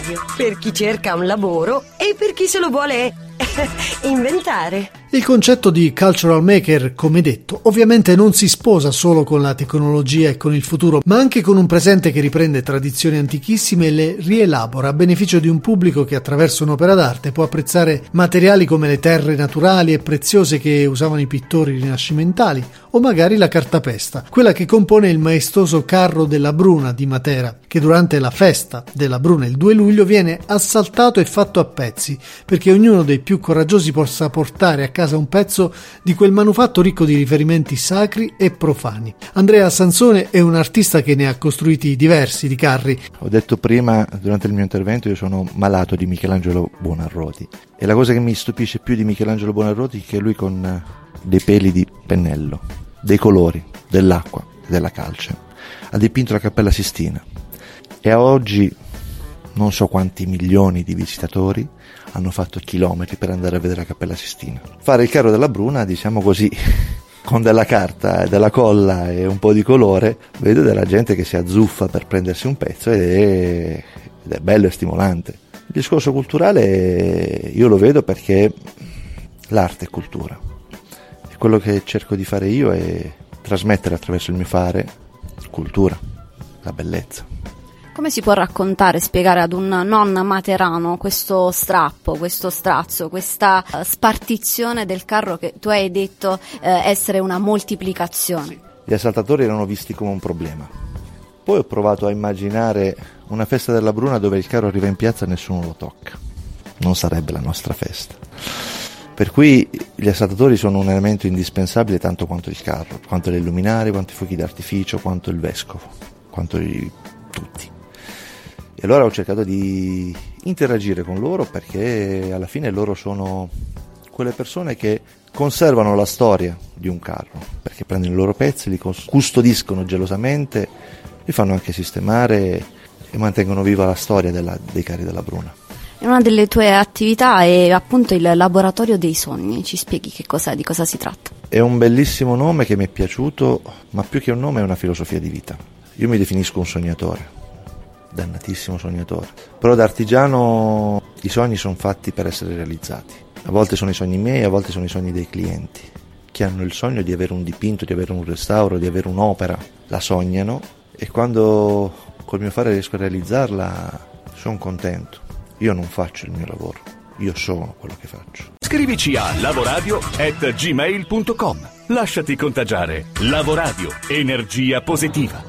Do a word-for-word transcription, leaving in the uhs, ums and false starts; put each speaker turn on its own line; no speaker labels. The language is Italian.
radio, per chi cerca un lavoro e per chi se lo vuole inventare.
Il concetto di cultural maker, come detto, ovviamente non si sposa solo con la tecnologia e con il futuro, ma anche con un presente che riprende tradizioni antichissime e le rielabora a beneficio di un pubblico che attraverso un'opera d'arte può apprezzare materiali come le terre naturali e preziose che usavano i pittori rinascimentali, o magari la cartapesta, quella che compone il maestoso carro della Bruna di Matera, che durante la festa della Bruna il due luglio viene assaltato e fatto a pezzi, perché ognuno dei più coraggiosi possa portare a casa un pezzo di quel manufatto ricco di riferimenti sacri e profani. Andrea Sansone è un artista che ne ha costruiti diversi di carri.
Ho detto prima, durante il mio intervento, io sono malato di Michelangelo Buonarroti, e la cosa che mi stupisce più di Michelangelo Buonarroti è che lui con dei peli di pennello, dei colori, dell'acqua e della calce ha dipinto la Cappella Sistina, e a oggi non so quanti milioni di visitatori hanno fatto chilometri per andare a vedere la Cappella Sistina. Fare il carro della Bruna, diciamo così, con della carta, della colla e un po' di colore, vedo della gente che si azzuffa per prendersi un pezzo ed è, ed è bello e stimolante. Il discorso culturale io lo vedo perché l'arte è cultura, e quello che cerco di fare io è trasmettere attraverso il mio fare cultura, la bellezza.
Come si può raccontare, spiegare ad un non materano questo strappo, questo strazzo, questa uh, spartizione del carro che tu hai detto uh, essere una moltiplicazione?
Gli assaltatori erano visti come un problema. Poi ho provato a immaginare una festa della Bruna dove il carro arriva in piazza e nessuno lo tocca. Non sarebbe la nostra festa. Per cui gli assaltatori sono un elemento indispensabile tanto quanto il carro, quanto le luminarie, quanto i fuochi d'artificio, quanto il vescovo, quanto i... tutti. E allora ho cercato di interagire con loro, perché alla fine loro sono quelle persone che conservano la storia di un carro, perché prendono i loro pezzi, li custodiscono gelosamente, li fanno anche sistemare e mantengono viva la storia della, dei carri della Bruna.
Una delle tue attività è appunto il laboratorio dei sogni. Ci spieghi che cos'è, di cosa si tratta?
È un bellissimo nome che mi è piaciuto, ma più che un nome è una filosofia di vita. Io mi definisco un sognatore, dannatissimo sognatore, però da artigiano i sogni sono fatti per essere realizzati. A volte sono i sogni miei, a volte sono i sogni dei clienti, che hanno il sogno di avere un dipinto, di avere un restauro, di avere un'opera, la sognano, e quando col mio fare riesco a realizzarla sono contento. Io non faccio il mio lavoro, io sono quello che faccio.
Scrivici a lavoradio at gmail punto com. Lasciati contagiare. Lavoradio, energia positiva.